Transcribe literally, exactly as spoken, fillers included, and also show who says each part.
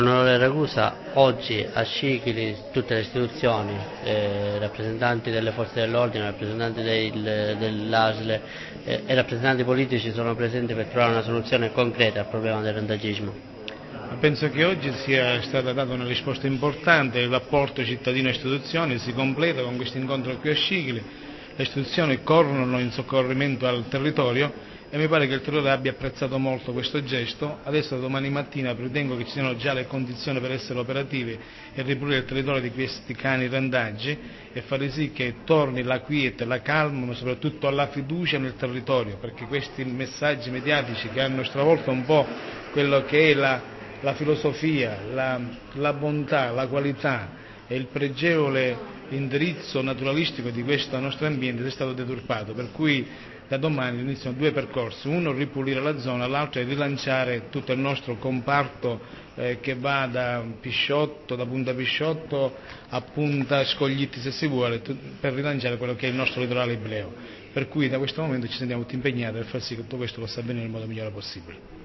Speaker 1: Onorevole Ragusa, oggi a Scicli tutte le istituzioni, eh, rappresentanti delle forze dell'ordine, rappresentanti del, dell'A S L eh, e rappresentanti politici sono presenti per trovare una soluzione concreta al problema del randagismo.
Speaker 2: Penso che oggi sia stata data una risposta importante, il rapporto cittadino-istituzioni si completa con questo incontro qui a Scicli, le istituzioni corrono in soccorrimento al territorio e mi pare che il territorio abbia apprezzato molto questo gesto. Adesso da domani mattina ritengo che ci siano già le condizioni per essere operativi e ripulire il territorio di questi cani randaggi e fare sì che torni la quiete, la calma, ma soprattutto la fiducia nel territorio, perché questi messaggi mediatici che hanno stravolto un po' quello che è la la filosofia, la, la bontà, la qualità e il pregevole indirizzo naturalistico di questo nostro ambiente è stato deturpato, per cui da domani iniziano due percorsi, uno ripulire la zona, l'altro è rilanciare tutto il nostro comparto eh, che va da Pisciotto, da Punta Pisciotto a Punta Scoglitti se si vuole, per rilanciare quello che è il nostro litorale ibleo, per cui da questo momento ci sentiamo tutti impegnati per far sì che tutto questo possa avvenire nel modo migliore possibile.